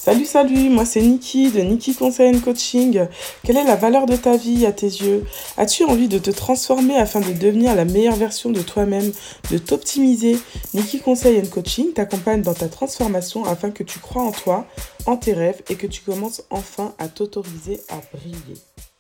Salut, moi c'est Niki de Niki Conseil Coaching. Quelle est la valeur de ta vie à tes yeux? As-tu envie de te transformer afin de devenir la meilleure version de toi-même, de t'optimiser? Niki Conseil Coaching t'accompagne dans ta transformation afin que tu crois en toi, en tes rêves et que tu commences enfin à t'autoriser à briller.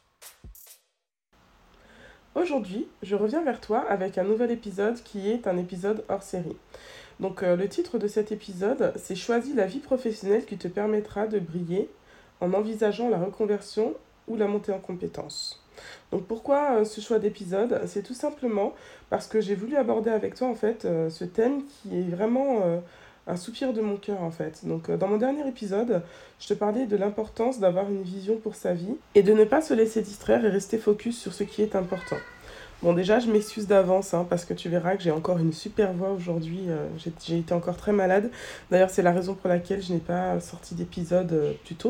Aujourd'hui, je reviens vers toi avec un nouvel épisode qui est un épisode hors série. Donc le titre de cet épisode, c'est Choisis la vie professionnelle qui te permettra de briller en envisageant la reconversion ou la montée en compétences. Donc pourquoi ce choix d'épisode? C'est tout simplement parce que j'ai voulu aborder avec toi en fait ce thème qui est vraiment un soupir de mon cœur en fait. Donc dans mon dernier épisode, je te parlais de l'importance d'avoir une vision pour sa vie et de ne pas se laisser distraire et rester focus sur ce qui est important. Bon, déjà, je m'excuse d'avance, parce que tu verras que j'ai encore une super voix aujourd'hui. J'ai été encore très malade. D'ailleurs, c'est la raison pour laquelle je n'ai pas sorti d'épisode plus tôt.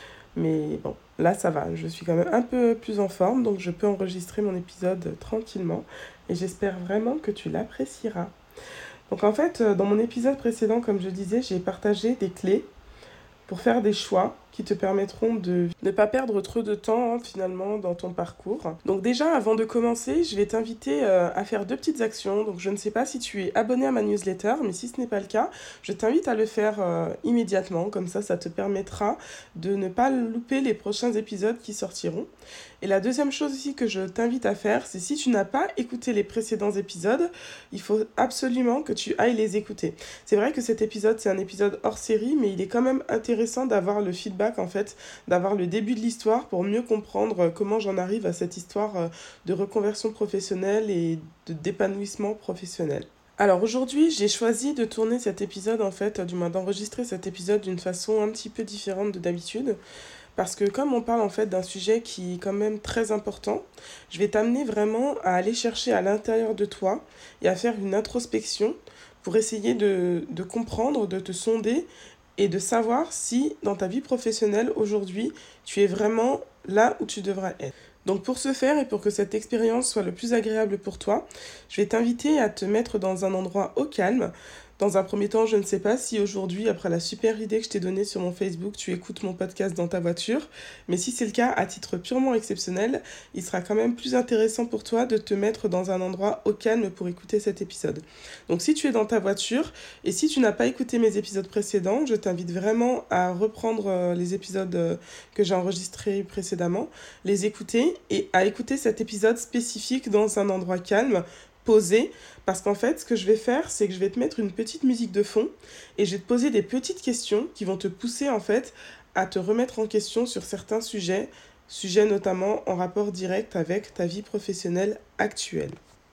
Mais bon, là, ça va. Je suis quand même un peu plus en forme, donc je peux enregistrer mon épisode tranquillement. Et j'espère vraiment que tu l'apprécieras. Donc en fait, dans mon épisode précédent, comme je disais, j'ai partagé des clés pour faire des choix qui te permettront de ne pas perdre trop de temps finalement dans ton parcours. Donc déjà, avant de commencer, je vais t'inviter à faire deux petites actions. Donc je ne sais pas si tu es abonné à ma newsletter, mais si ce n'est pas le cas, je t'invite à le faire immédiatement. Comme ça te permettra de ne pas louper les prochains épisodes qui sortiront. Et la deuxième chose aussi que je t'invite à faire, c'est si tu n'as pas écouté les précédents épisodes, il faut absolument que tu ailles les écouter. C'est vrai que cet épisode, c'est un épisode hors série, mais il est quand même intéressant d'avoir le feedback, en fait, d'avoir le début de l'histoire pour mieux comprendre comment j'en arrive à cette histoire de reconversion professionnelle et d'épanouissement professionnel. Alors aujourd'hui, j'ai choisi de tourner cet épisode, en fait, du moins d'enregistrer cet épisode d'une façon un petit peu différente de d'habitude. Parce que comme on parle en fait d'un sujet qui est quand même très important, je vais t'amener vraiment à aller chercher à l'intérieur de toi et à faire une introspection pour essayer de comprendre, de te sonder et de savoir si dans ta vie professionnelle aujourd'hui, tu es vraiment là où tu devrais être. Donc pour ce faire et pour que cette expérience soit le plus agréable pour toi, je vais t'inviter à te mettre dans un endroit au calme. Dans un premier temps, je ne sais pas si aujourd'hui, après la super idée que je t'ai donnée sur mon Facebook, tu écoutes mon podcast dans ta voiture. Mais si c'est le cas, à titre purement exceptionnel, il sera quand même plus intéressant pour toi de te mettre dans un endroit au calme pour écouter cet épisode. Donc si tu es dans ta voiture et si tu n'as pas écouté mes épisodes précédents, je t'invite vraiment à reprendre les épisodes que j'ai enregistrés précédemment, les écouter et à écouter cet épisode spécifique dans un endroit calme, posé, parce qu'en fait, ce que je vais faire, c'est que je vais te mettre une petite musique de fond et je vais te poser des petites questions qui vont te pousser en fait à te remettre en question sur certains sujets notamment en rapport direct avec ta vie professionnelle actuelle.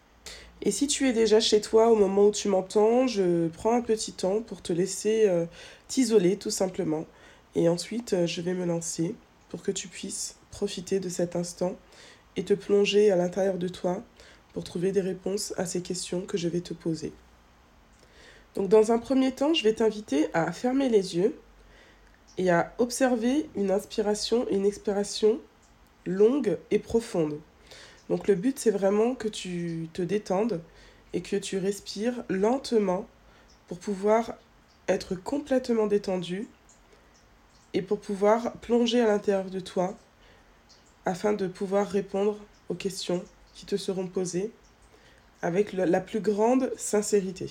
Et si tu es déjà chez toi au moment où tu m'entends, je prends un petit temps pour te laisser t'isoler tout simplement. Et ensuite, je vais me lancer pour que tu puisses profiter de cet instant et te plonger à l'intérieur de toi pour trouver des réponses à ces questions que je vais te poser. Donc dans un premier temps, je vais t'inviter à fermer les yeux et à observer une inspiration et une expiration longue et profonde. Donc le but, c'est vraiment que tu te détendes et que tu respires lentement pour pouvoir être complètement détendu et pour pouvoir plonger à l'intérieur de toi afin de pouvoir répondre aux questions qui te seront posées avec la plus grande sincérité.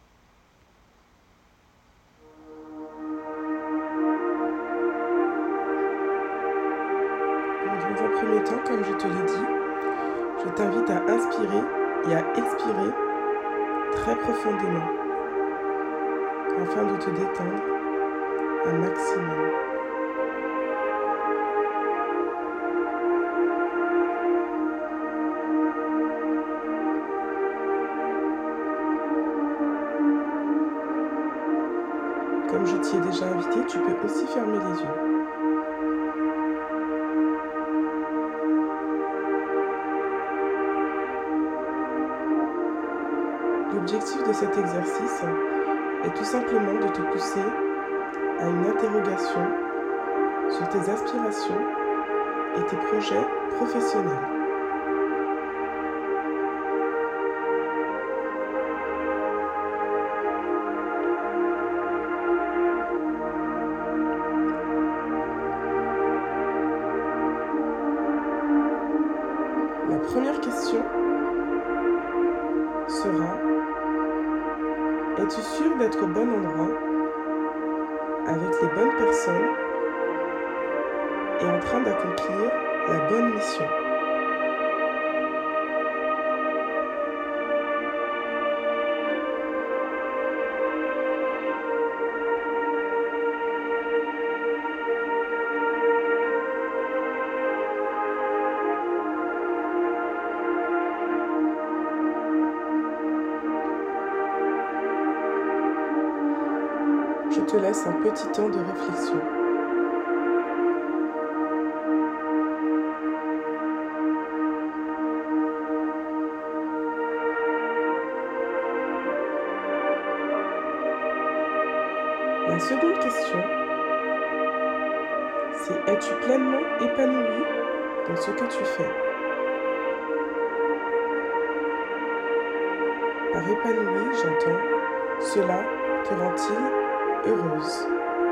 Dans un premier temps, comme je te l'ai dit, je t'invite à inspirer et à expirer très profondément afin de te détendre un maximum. Comme je t'y ai déjà invité, tu peux aussi fermer les yeux. L'objectif de cet exercice est tout simplement de te pousser à une interrogation sur tes aspirations et tes projets professionnels. Es-tu sûr d'être au bon endroit, avec les bonnes personnes et en train d'accomplir la bonne mission? Je te laisse un petit temps de réflexion. La seconde question, c'est es-tu pleinement épanoui dans ce que tu fais? Par épanoui, j'entends cela te rend-il heureuse?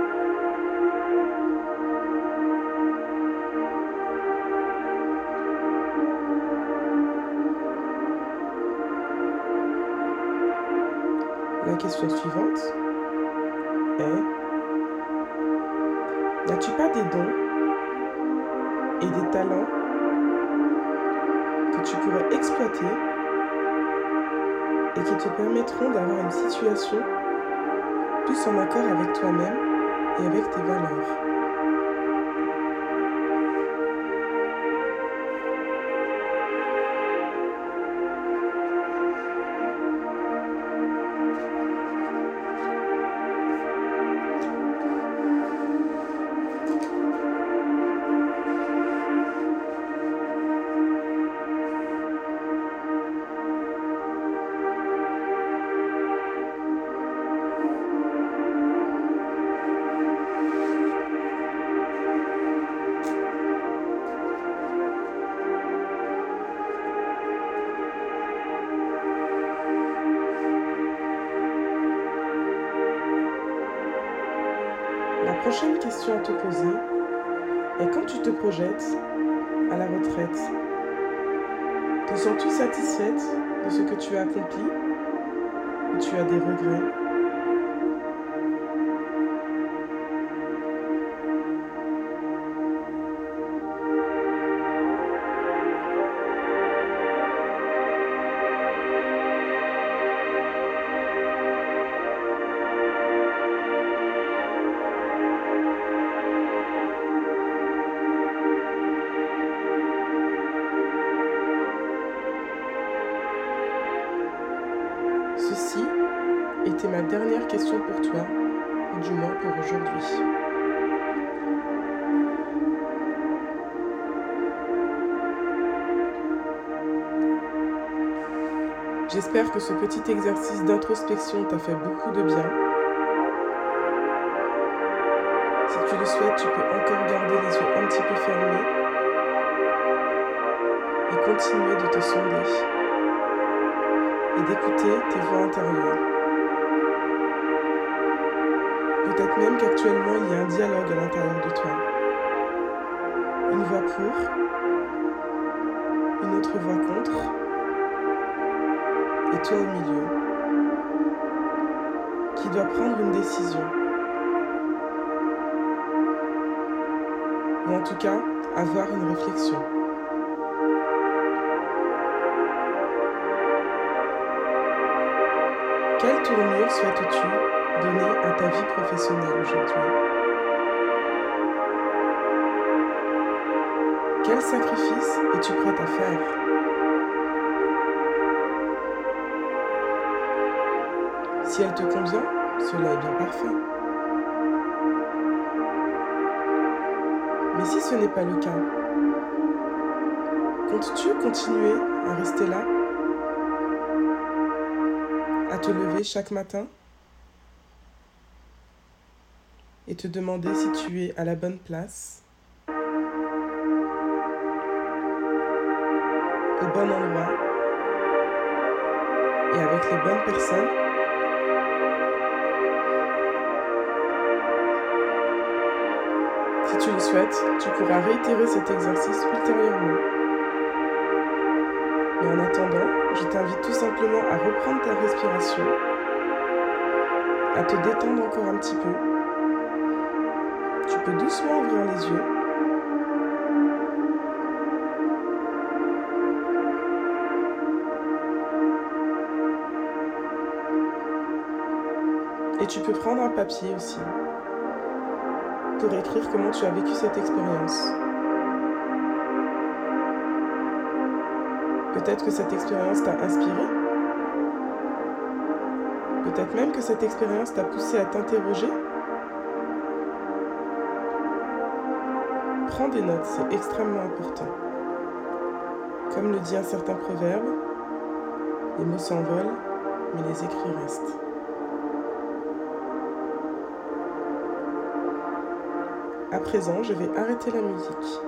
La question suivante est n'as-tu pas des dons et des talents que tu pourrais exploiter et qui te permettront d'avoir une situation plus en accord avec toi-même et avec tes valeurs? La prochaine question à te poser est quand tu te projettes à la retraite, te sens-tu satisfaite de ce que tu as accompli ou tu as des regrets? Ceci était ma dernière question pour toi, ou du moins pour aujourd'hui. J'espère que ce petit exercice d'introspection t'a fait beaucoup de bien. Si tu le souhaites, tu peux encore garder les yeux un petit peu fermés et continuer de te sonder et d'écouter tes voix intérieures. Peut-être même qu'actuellement il y a un dialogue à l'intérieur de toi. Une voix pour, une autre voix contre, et toi au milieu, qui doit prendre une décision. Ou en tout cas, avoir une réflexion. Quelle tournure souhaites-tu donner à ta vie professionnelle aujourd'hui? Quel sacrifice es-tu prête à faire? Si elle te convient, cela est bien parfait. Mais si ce n'est pas le cas, comptes-tu continuer à rester là? À te lever chaque matin et te demander si tu es à la bonne place, au bon endroit et avec les bonnes personnes? Si tu le souhaites, tu pourras réitérer cet exercice ultérieurement. Mais en attendant, je t'invite tout simplement à reprendre ta respiration à te détendre encore un petit peu. Tu peux doucement ouvrir les yeux. Et tu peux prendre un papier aussi pour écrire comment tu as vécu cette expérience. Peut-être que cette expérience t'a inspiré. Peut-être même que cette expérience t'a poussé à t'interroger. Prends des notes, c'est extrêmement important. Comme le dit un certain proverbe, les mots s'envolent, mais les écrits restent. À présent, je vais arrêter la musique.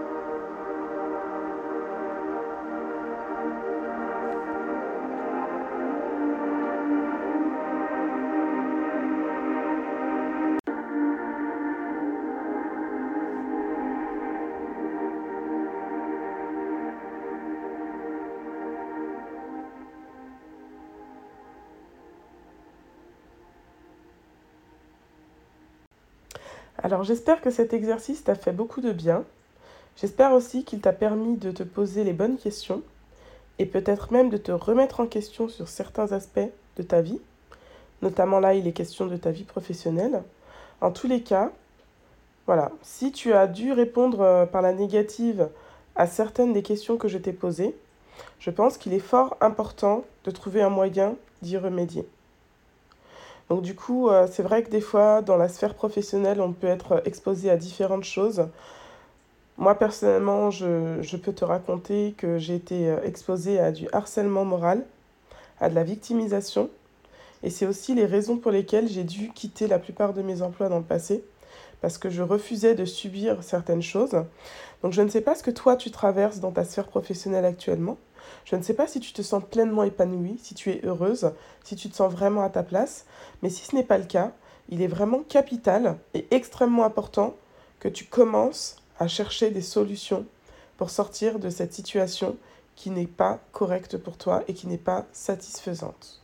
Alors j'espère que cet exercice t'a fait beaucoup de bien. J'espère aussi qu'il t'a permis de te poser les bonnes questions et peut-être même de te remettre en question sur certains aspects de ta vie. Notamment là, il est question de ta vie professionnelle. En tous les cas, voilà, si tu as dû répondre par la négative à certaines des questions que je t'ai posées, je pense qu'il est fort important de trouver un moyen d'y remédier. Donc du coup, c'est vrai que des fois, dans la sphère professionnelle, on peut être exposé à différentes choses. Moi, personnellement, je peux te raconter que j'ai été exposée à du harcèlement moral, à de la victimisation. Et c'est aussi les raisons pour lesquelles j'ai dû quitter la plupart de mes emplois dans le passé, parce que je refusais de subir certaines choses. Donc je ne sais pas ce que toi, tu traverses dans ta sphère professionnelle actuellement. Je ne sais pas si tu te sens pleinement épanouie, si tu es heureuse, si tu te sens vraiment à ta place. Mais si ce n'est pas le cas, il est vraiment capital et extrêmement important que tu commences à chercher des solutions pour sortir de cette situation qui n'est pas correcte pour toi et qui n'est pas satisfaisante.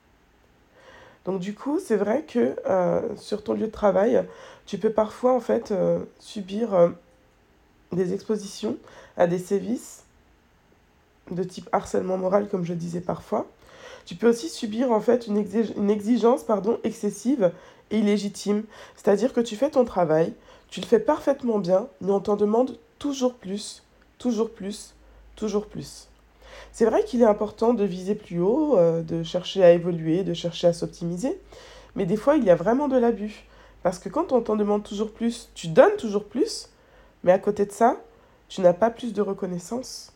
Donc du coup, c'est vrai que sur ton lieu de travail, tu peux parfois en fait subir des expositions à des sévices de type harcèlement moral, comme je disais parfois. Tu peux aussi subir en fait une exigence excessive et illégitime. C'est-à-dire que tu fais ton travail, tu le fais parfaitement bien, mais on t'en demande toujours plus, toujours plus, toujours plus. C'est vrai qu'il est important de viser plus haut, de chercher à évoluer, de chercher à s'optimiser, mais des fois il y a vraiment de l'abus. Parce que quand on t'en demande toujours plus, tu donnes toujours plus, mais à côté de ça, tu n'as pas plus de reconnaissance.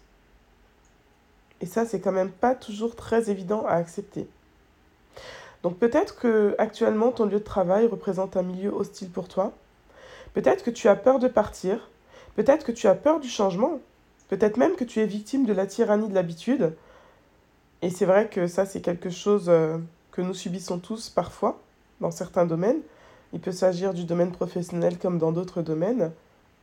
Et ça, c'est quand même pas toujours très évident à accepter. Donc peut-être que actuellement ton lieu de travail représente un milieu hostile pour toi. Peut-être que tu as peur de partir. Peut-être que tu as peur du changement. Peut-être même que tu es victime de la tyrannie de l'habitude. Et c'est vrai que ça, c'est quelque chose que nous subissons tous parfois, dans certains domaines. Il peut s'agir du domaine professionnel comme dans d'autres domaines.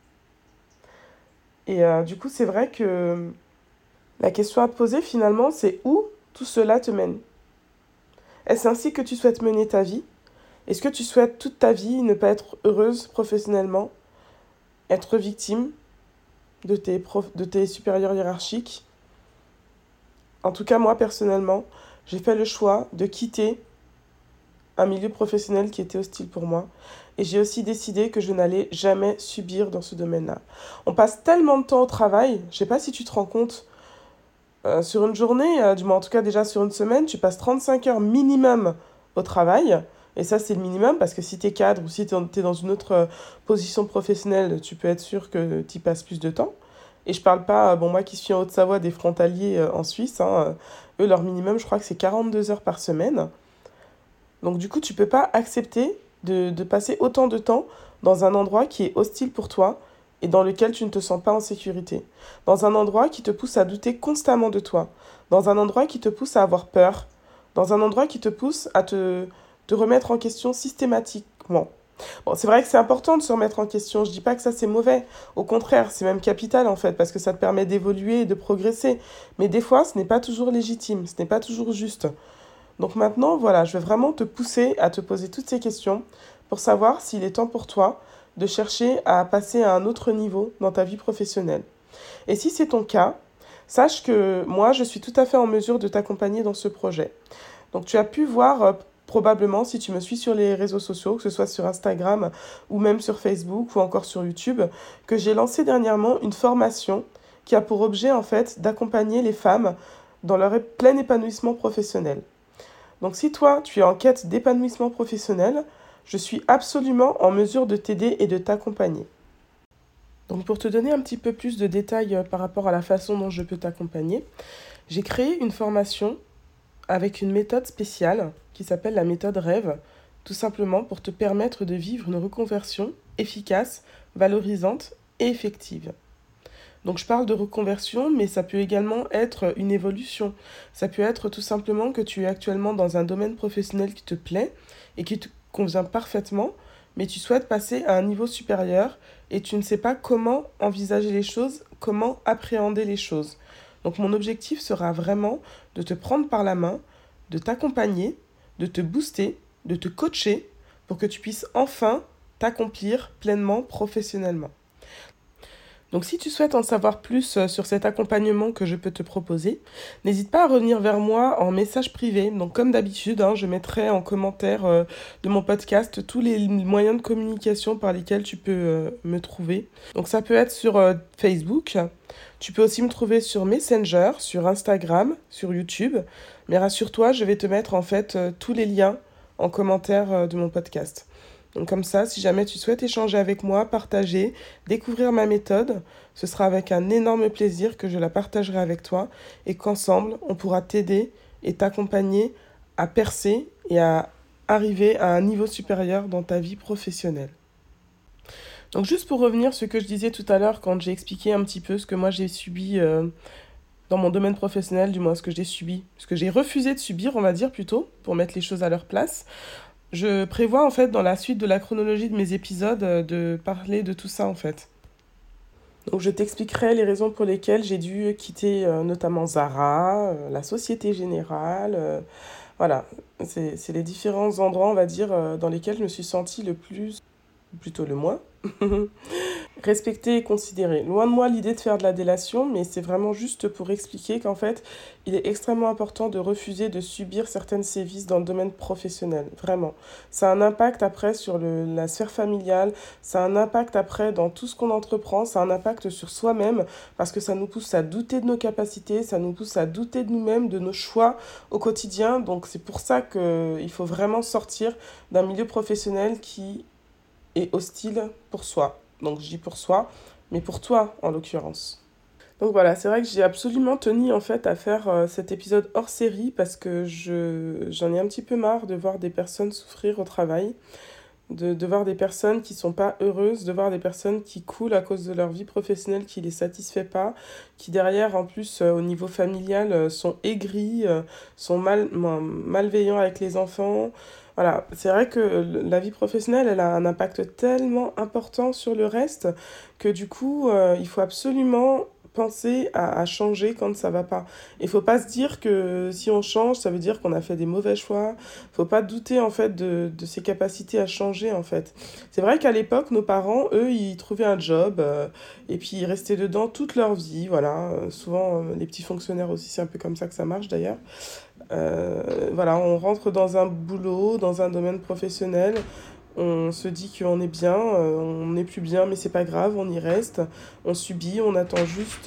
Et du coup, c'est vrai que la question à te poser finalement, c'est où tout cela te mène? Est-ce ainsi que tu souhaites mener ta vie? Est-ce que tu souhaites toute ta vie ne pas être heureuse professionnellement, être victime de tes supérieurs hiérarchiques? En tout cas, moi personnellement, j'ai fait le choix de quitter un milieu professionnel qui était hostile pour moi. Et j'ai aussi décidé que je n'allais jamais subir dans ce domaine-là. On passe tellement de temps au travail, je ne sais pas si tu te rends compte. Sur une journée, du moins en tout cas déjà sur une semaine, tu passes 35 heures minimum au travail. Et ça, c'est le minimum parce que si tu es cadre ou si tu es dans une autre position professionnelle, tu peux être sûr que tu y passes plus de temps. Et je parle pas, moi qui suis en Haute-Savoie, des frontaliers en Suisse, eux, leur minimum, je crois que c'est 42 heures par semaine. Donc du coup, tu peux pas accepter de passer autant de temps dans un endroit qui est hostile pour toi et dans lequel tu ne te sens pas en sécurité. Dans un endroit qui te pousse à douter constamment de toi. Dans un endroit qui te pousse à avoir peur. Dans un endroit qui te pousse à te remettre en question systématiquement. Bon, c'est vrai que c'est important de se remettre en question. Je dis pas que ça c'est mauvais. Au contraire, c'est même capital en fait, parce que ça te permet d'évoluer et de progresser. Mais des fois, ce n'est pas toujours légitime, ce n'est pas toujours juste. Donc maintenant, voilà, je vais vraiment te pousser à te poser toutes ces questions pour savoir s'il est temps pour toi de chercher à passer à un autre niveau dans ta vie professionnelle. Et si c'est ton cas, sache que moi, je suis tout à fait en mesure de t'accompagner dans ce projet. Donc tu as pu voir probablement, si tu me suis sur les réseaux sociaux, que ce soit sur Instagram ou même sur Facebook ou encore sur YouTube, que j'ai lancé dernièrement une formation qui a pour objet en fait d'accompagner les femmes dans leur plein épanouissement professionnel. Donc si toi, tu es en quête d'épanouissement professionnel, je suis absolument en mesure de t'aider et de t'accompagner. Donc pour te donner un petit peu plus de détails par rapport à la façon dont je peux t'accompagner, j'ai créé une formation avec une méthode spéciale qui s'appelle la méthode rêve, tout simplement pour te permettre de vivre une reconversion efficace, valorisante et effective. Donc je parle de reconversion, mais ça peut également être une évolution. Ça peut être tout simplement que tu es actuellement dans un domaine professionnel qui te plaît et qui te convient parfaitement, mais tu souhaites passer à un niveau supérieur et tu ne sais pas comment envisager les choses, comment appréhender les choses. Donc mon objectif sera vraiment de te prendre par la main, de t'accompagner, de te booster, de te coacher pour que tu puisses enfin t'accomplir pleinement professionnellement. Donc si tu souhaites en savoir plus sur cet accompagnement que je peux te proposer, n'hésite pas à revenir vers moi en message privé. Donc comme d'habitude, je mettrai en commentaire de mon podcast tous les moyens de communication par lesquels tu peux me trouver. Donc ça peut être sur Facebook, tu peux aussi me trouver sur Messenger, sur Instagram, sur YouTube. Mais rassure-toi, je vais te mettre en fait tous les liens en commentaire de mon podcast. Donc comme ça, si jamais tu souhaites échanger avec moi, partager, découvrir ma méthode, ce sera avec un énorme plaisir que je la partagerai avec toi et qu'ensemble, on pourra t'aider et t'accompagner à percer et à arriver à un niveau supérieur dans ta vie professionnelle. Donc juste pour revenir sur ce que je disais tout à l'heure quand j'ai expliqué un petit peu ce que moi j'ai subi dans mon domaine professionnel, du moins ce que j'ai subi, ce que j'ai refusé de subir, on va dire plutôt, pour mettre les choses à leur place. Je prévois en fait dans la suite de la chronologie de mes épisodes de parler de tout ça en fait. Donc je t'expliquerai les raisons pour lesquelles j'ai dû quitter notamment Zara, la Société Générale. Voilà, c'est les différents endroits on va dire dans lesquels je me suis sentie le plus, plutôt le moins, respectée et considérée. Loin de moi l'idée de faire de la délation, mais c'est vraiment juste pour expliquer qu'en fait, il est extrêmement important de refuser de subir certaines sévices dans le domaine professionnel. Vraiment. Ça a un impact après sur la sphère familiale, ça a un impact après dans tout ce qu'on entreprend, ça a un impact sur soi-même, parce que ça nous pousse à douter de nos capacités, ça nous pousse à douter de nous-mêmes, de nos choix au quotidien. Donc c'est pour ça qu'il faut vraiment sortir d'un milieu professionnel qui est hostile pour soi. Donc je dis pour soi, mais pour toi en l'occurrence. Donc voilà, c'est vrai que j'ai absolument tenu en fait à faire cet épisode hors série parce que j'en ai un petit peu marre de voir des personnes souffrir au travail, de voir des personnes qui sont pas heureuses, de voir des personnes qui coulent à cause de leur vie professionnelle qui les satisfait pas, qui derrière en plus au niveau familial sont aigris, sont malveillants avec les enfants. Voilà, c'est vrai que la vie professionnelle, elle a un impact tellement important sur le reste que du coup, il faut absolument penser à changer quand ça va pas. Il faut pas se dire que si on change, ça veut dire qu'on a fait des mauvais choix. Faut pas douter en fait de ses capacités à changer en fait. C'est vrai qu'à l'époque, nos parents, eux, ils trouvaient un job et puis ils restaient dedans toute leur vie. Voilà, souvent les petits fonctionnaires aussi, c'est un peu comme ça que ça marche d'ailleurs. Voilà, on rentre dans un boulot, dans un domaine professionnel, on se dit qu'on est bien, on n'est plus bien, mais c'est pas grave, on y reste, on subit, on attend juste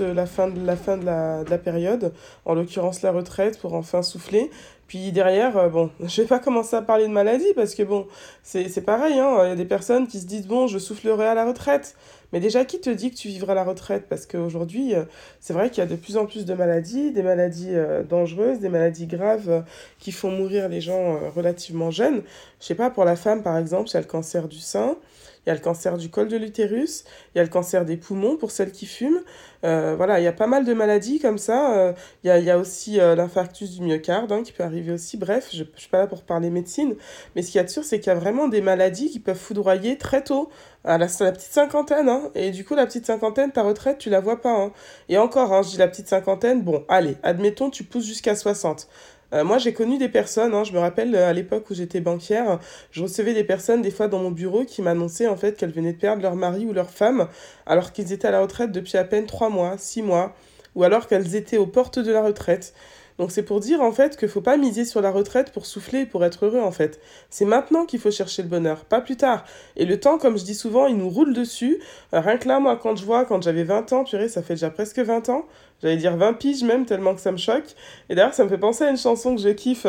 la période, en l'occurrence la retraite, pour enfin souffler. Puis derrière, bon, je vais pas commencer à parler de maladie, parce que bon, c'est pareil, hein, il y a des personnes qui se disent, bon, je soufflerai à la retraite. Mais déjà, qui te dit que tu vivras la retraite? Parce qu'aujourd'hui, c'est vrai qu'il y a de plus en plus de maladies, des maladies dangereuses, des maladies graves qui font mourir les gens relativement jeunes. Je sais pas, pour la femme, par exemple, il y a le cancer du sein, il y a le cancer du col de l'utérus, il y a le cancer des poumons pour celles qui fument. Voilà, il y a pas mal de maladies comme ça. Il y a aussi l'infarctus du myocarde qui peut arriver aussi. Bref, je suis pas là pour parler médecine, mais ce qu'il y a de sûr, c'est qu'il y a vraiment des maladies qui peuvent foudroyer très tôt, à la petite cinquantaine. Et du coup, la petite cinquantaine, ta retraite, tu la vois pas. Et encore, je dis la petite cinquantaine, bon, allez, admettons, tu pousses jusqu'à 60. Moi, j'ai connu des personnes, hein, je me rappelle à l'époque où j'étais banquière, je recevais des personnes des fois dans mon bureau qui m'annonçaient en fait qu'elles venaient de perdre leur mari ou leur femme alors qu'ils étaient à la retraite depuis à peine 3 mois, 6 mois, ou alors qu'elles étaient aux portes de la retraite. Donc c'est pour dire en fait qu'il faut pas miser sur la retraite pour souffler et pour être heureux en fait. C'est maintenant qu'il faut chercher le bonheur, pas plus tard. Et le temps, comme je dis souvent, il nous roule dessus. Rien que là, moi, quand je vois, quand j'avais 20 ans, purée, ça fait déjà presque 20 ans, j'allais dire 20 piges même, tellement que ça me choque. Et d'ailleurs, ça me fait penser à une chanson que je kiffe.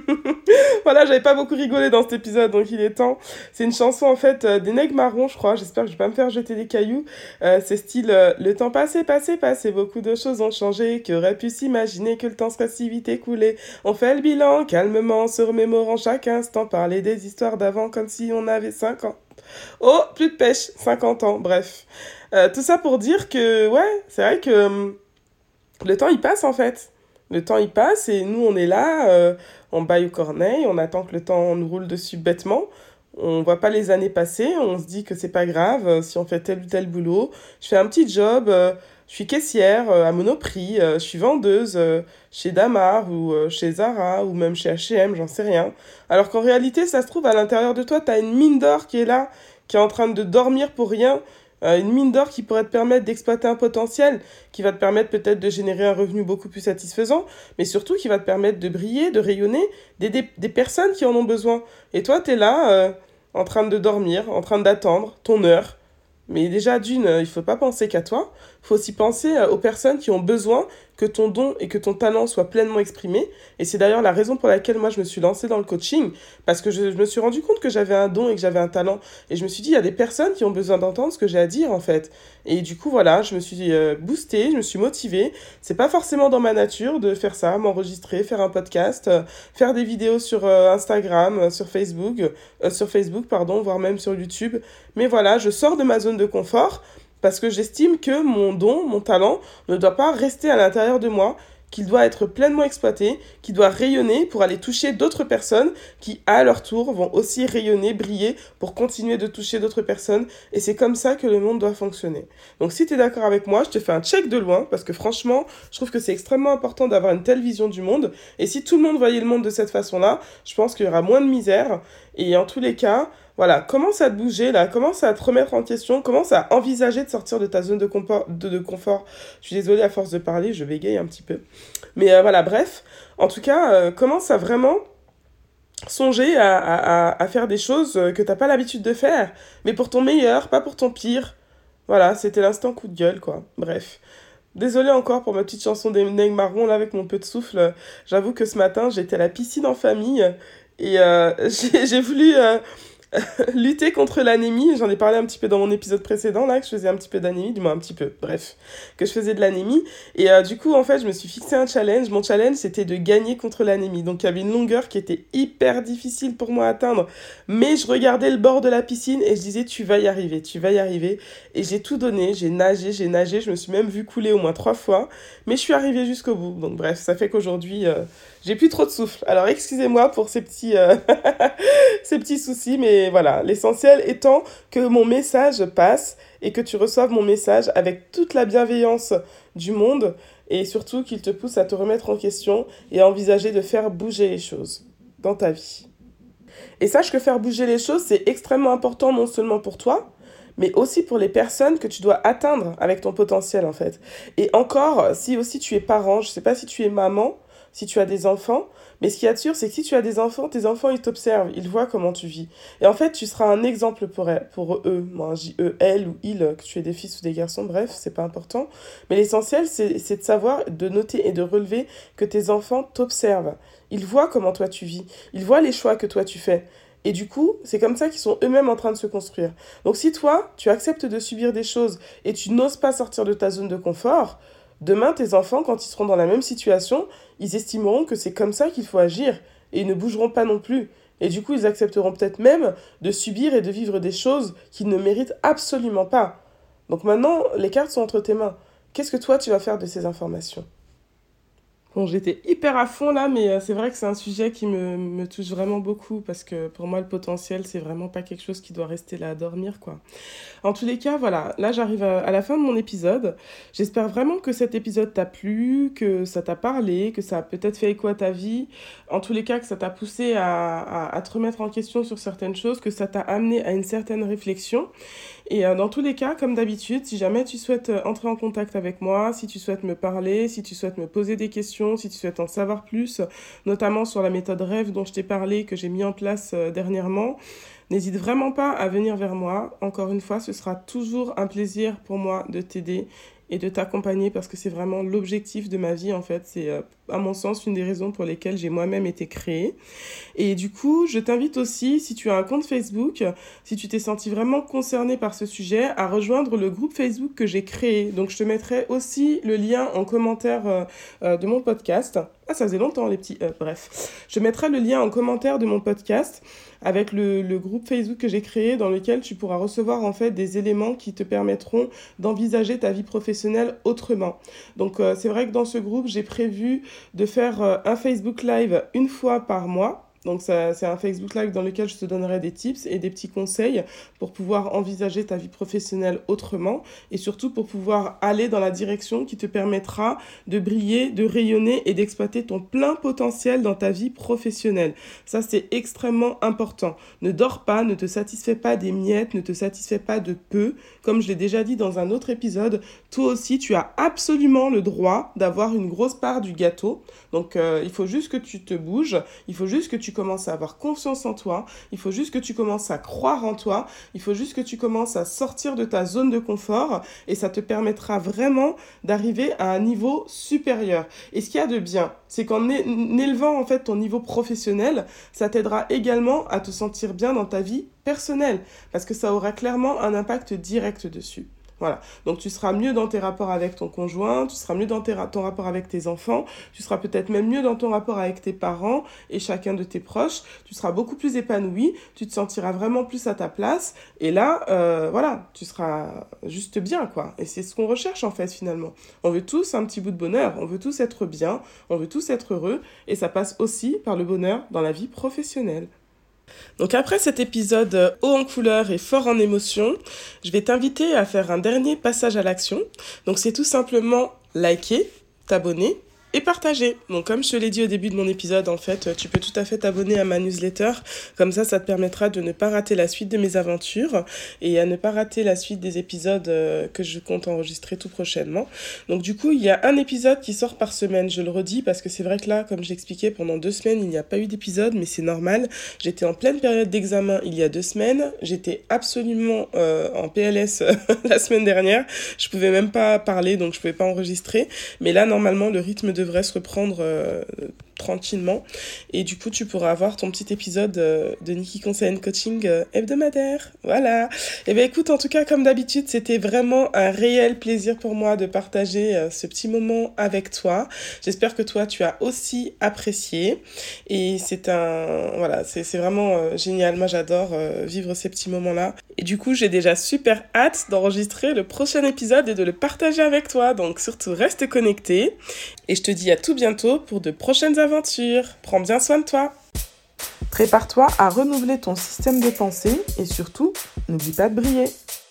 Voilà, j'avais pas beaucoup rigolé dans cet épisode, donc il est temps. C'est une chanson en fait des Nègres Marrons, je crois. J'espère que je vais pas me faire jeter des cailloux. C'est style le temps passé, passé, passé. Beaucoup de choses ont changé. Qui aurait pu s'imaginer que le temps serait si vite écoulé. On fait le bilan calmement, se remémorant chaque instant. Parler des histoires d'avant comme si on avait 5 ans. Oh, plus de pêche, 50 ans, bref. Tout ça pour dire que, ouais, c'est vrai que le temps il passe en fait. Le temps il passe et nous on est là, on baille aux corneilles, on attend que le temps nous roule dessus bêtement. On voit pas les années passer, on se dit que c'est pas grave si on fait tel ou tel boulot. Je fais un petit job, je suis caissière à Monoprix, je suis vendeuse chez Damar ou chez Zara ou même chez H&M, j'en sais rien. Alors qu'en réalité, ça se trouve à l'intérieur de toi, t'as une mine d'or qui est là, qui est en train de dormir pour rien. Une mine d'or qui pourrait te permettre d'exploiter un potentiel, qui va te permettre peut-être de générer un revenu beaucoup plus satisfaisant, mais surtout qui va te permettre de briller, de rayonner, d'aider des personnes qui en ont besoin. Et toi, tu es là, en train de dormir, en train d'attendre ton heure. Mais déjà, d'une, il faut pas penser qu'à toi, il faut aussi penser aux personnes qui ont besoin que ton don et que ton talent soient pleinement exprimés. Et c'est d'ailleurs la raison pour laquelle moi je me suis lancée dans le coaching, parce que je me suis rendu compte que j'avais un don et que j'avais un talent. Et je me suis dit, il y a des personnes qui ont besoin d'entendre ce que j'ai à dire en fait. Et du coup, voilà, je me suis boostée, je me suis motivée. C'est pas forcément dans ma nature de faire ça, m'enregistrer, faire un podcast, faire des vidéos sur Instagram, sur Facebook, pardon, voire même sur YouTube. Mais voilà, je sors de ma zone de confort parce que j'estime que mon don, mon talent, ne doit pas rester à l'intérieur de moi, qu'il doit être pleinement exploité, qu'il doit rayonner pour aller toucher d'autres personnes qui, à leur tour, vont aussi rayonner, briller pour continuer de toucher d'autres personnes. Et c'est comme ça que le monde doit fonctionner. Donc si tu es d'accord avec moi, je te fais un check de loin parce que franchement, je trouve que c'est extrêmement important d'avoir une telle vision du monde. Et si tout le monde voyait le monde de cette façon-là, je pense qu'il y aura moins de misère. Et en tous les cas, voilà, commence à te bouger là, commence à te remettre en question, commence à envisager de sortir de ta zone de confort. Je suis désolée à force de parler, je bégaye un petit peu. Mais voilà, bref, en tout cas, commence à vraiment songer à faire des choses que t'as pas l'habitude de faire, mais pour ton meilleur, pas pour ton pire. Voilà, c'était l'instant coup de gueule, quoi. Bref. Désolée encore pour ma petite chanson des Nègres Marrons là avec mon peu de souffle. J'avoue que ce matin, j'étais à la piscine en famille et j'ai voulu lutter contre l'anémie, j'en ai parlé un petit peu dans mon épisode précédent, là, que je faisais un petit peu d'anémie, du moins un petit peu, bref, que je faisais de l'anémie. Et du coup, en fait, je me suis fixé un challenge. Mon challenge, c'était de gagner contre l'anémie. Donc, il y avait une longueur qui était hyper difficile pour moi à atteindre. Mais je regardais le bord de la piscine et je disais, tu vas y arriver, tu vas y arriver. Et j'ai tout donné, j'ai nagé, je me suis même vue couler au moins 3 fois. Mais je suis arrivée jusqu'au bout. Donc, bref, ça fait qu'aujourd'hui, j'ai plus trop de souffle. Alors, excusez-moi pour ces petits, ces petits soucis, mais voilà. L'essentiel étant que mon message passe et que tu reçoives mon message avec toute la bienveillance du monde et surtout qu'il te pousse à te remettre en question et à envisager de faire bouger les choses dans ta vie. Et sache que faire bouger les choses, c'est extrêmement important non seulement pour toi, mais aussi pour les personnes que tu dois atteindre avec ton potentiel en fait. Et encore, si aussi tu es parent, je sais pas si tu es maman, si tu as des enfants, mais ce qui est sûr, c'est que si tu as des enfants, tes enfants, ils t'observent, ils voient comment tu vis. Et en fait, tu seras un exemple pour eux. Moi, J-E, elle ou il, que tu aies des fils ou des garçons, bref, c'est pas important. Mais l'essentiel, c'est de savoir, de noter et de relever que tes enfants t'observent. Ils voient comment toi tu vis. Ils voient les choix que toi tu fais. Et du coup, c'est comme ça qu'ils sont eux-mêmes en train de se construire. Donc si toi, tu acceptes de subir des choses et tu n'oses pas sortir de ta zone de confort, demain, tes enfants, quand ils seront dans la même situation, ils estimeront que c'est comme ça qu'il faut agir et ils ne bougeront pas non plus. Et du coup, ils accepteront peut-être même de subir et de vivre des choses qu'ils ne méritent absolument pas. Donc maintenant, les cartes sont entre tes mains. Qu'est-ce que toi, tu vas faire de ces informations ? Bon, j'étais hyper à fond là, mais c'est vrai que c'est un sujet qui me touche vraiment beaucoup parce que pour moi, le potentiel, c'est vraiment pas quelque chose qui doit rester là à dormir, quoi. En tous les cas, voilà, là j'arrive à la fin de mon épisode. J'espère vraiment que cet épisode t'a plu, que ça t'a parlé, que ça a peut-être fait écho à ta vie. En tous les cas, que ça t'a poussé à te remettre en question sur certaines choses, que ça t'a amené à une certaine réflexion. Et dans tous les cas, comme d'habitude, si jamais tu souhaites entrer en contact avec moi, si tu souhaites me parler, si tu souhaites me poser des questions, si tu souhaites en savoir plus, notamment sur la méthode rêve dont je t'ai parlé, que j'ai mis en place dernièrement, n'hésite vraiment pas à venir vers moi. Encore une fois, ce sera toujours un plaisir pour moi de t'aider et de t'accompagner parce que c'est vraiment l'objectif de ma vie en fait. C'est à mon sens une des raisons pour lesquelles j'ai moi-même été créée. Et du coup, je t'invite aussi, si tu as un compte Facebook, si tu t'es senti vraiment concerné par ce sujet, à rejoindre le groupe Facebook que j'ai créé. Donc je te mettrai aussi le lien en commentaire de mon podcast. Ah, ça faisait longtemps les petits... bref. Je mettrai le lien en commentaire de mon podcast avec le groupe Facebook que j'ai créé dans lequel tu pourras recevoir en fait des éléments qui te permettront d'envisager ta vie professionnelle autrement. Donc c'est vrai que dans ce groupe, j'ai prévu de faire un Facebook Live une fois par mois. Donc ça, c'est un Facebook Live dans lequel je te donnerai des tips et des petits conseils pour pouvoir envisager ta vie professionnelle autrement et surtout pour pouvoir aller dans la direction qui te permettra de briller, de rayonner et d'exploiter ton plein potentiel dans ta vie professionnelle. Ça, c'est extrêmement important. Ne dors pas, ne te satisfais pas des miettes, ne te satisfais pas de peu. Comme je l'ai déjà dit dans un autre épisode, toi aussi, tu as absolument le droit d'avoir une grosse part du gâteau. Donc, il faut juste que tu te bouges, il faut juste que tu commences à avoir confiance en toi, il faut juste que tu commences à croire en toi, il faut juste que tu commences à sortir de ta zone de confort et ça te permettra vraiment d'arriver à un niveau supérieur. Et ce qu'il y a de bien, c'est qu'en élevant en fait ton niveau professionnel, ça t'aidera également à te sentir bien dans ta vie personnelle parce que ça aura clairement un impact direct dessus. Voilà, donc tu seras mieux dans tes rapports avec ton conjoint, tu seras mieux dans ton rapport avec tes enfants, tu seras peut-être même mieux dans ton rapport avec tes parents et chacun de tes proches, tu seras beaucoup plus épanoui, tu te sentiras vraiment plus à ta place et là, voilà, tu seras juste bien quoi. Et c'est ce qu'on recherche en fait finalement. On veut tous un petit bout de bonheur, on veut tous être bien, on veut tous être heureux et ça passe aussi par le bonheur dans la vie professionnelle. Donc après cet épisode haut en couleur et fort en émotion, je vais t'inviter à faire un dernier passage à l'action. Donc c'est tout simplement liker, t'abonner et partager. Donc comme je te l'ai dit au début de mon épisode, en fait, tu peux tout à fait t'abonner à ma newsletter. Comme ça te permettra de ne pas rater la suite de mes aventures et à ne pas rater la suite des épisodes que je compte enregistrer tout prochainement. Donc du coup, il y a un épisode qui sort par semaine, je le redis, parce que c'est vrai que là, comme j'expliquais, pendant 2 semaines, il n'y a pas eu d'épisode, mais c'est normal. J'étais en pleine période d'examen il y a 2 semaines. J'étais absolument en PLS la semaine dernière. Je pouvais même pas parler, donc je pouvais pas enregistrer. Mais là, normalement, le rythme devrait se reprendre tranquillement et du coup tu pourras avoir ton petit épisode de Nikki Conseil Coaching hebdomadaire. Voilà. Et bien écoute, en tout cas comme d'habitude, c'était vraiment un réel plaisir pour moi de partager ce petit moment avec toi. J'espère que toi tu as aussi apprécié et c'est vraiment génial. Moi j'adore vivre ces petits moments-là et du coup j'ai déjà super hâte d'enregistrer le prochain épisode et de le partager avec toi. Donc surtout reste connecté et je te dis à tout bientôt pour de prochaines aventures. Prends bien soin de toi. Prépare-toi à renouveler ton système de pensée et surtout, n'oublie pas de briller.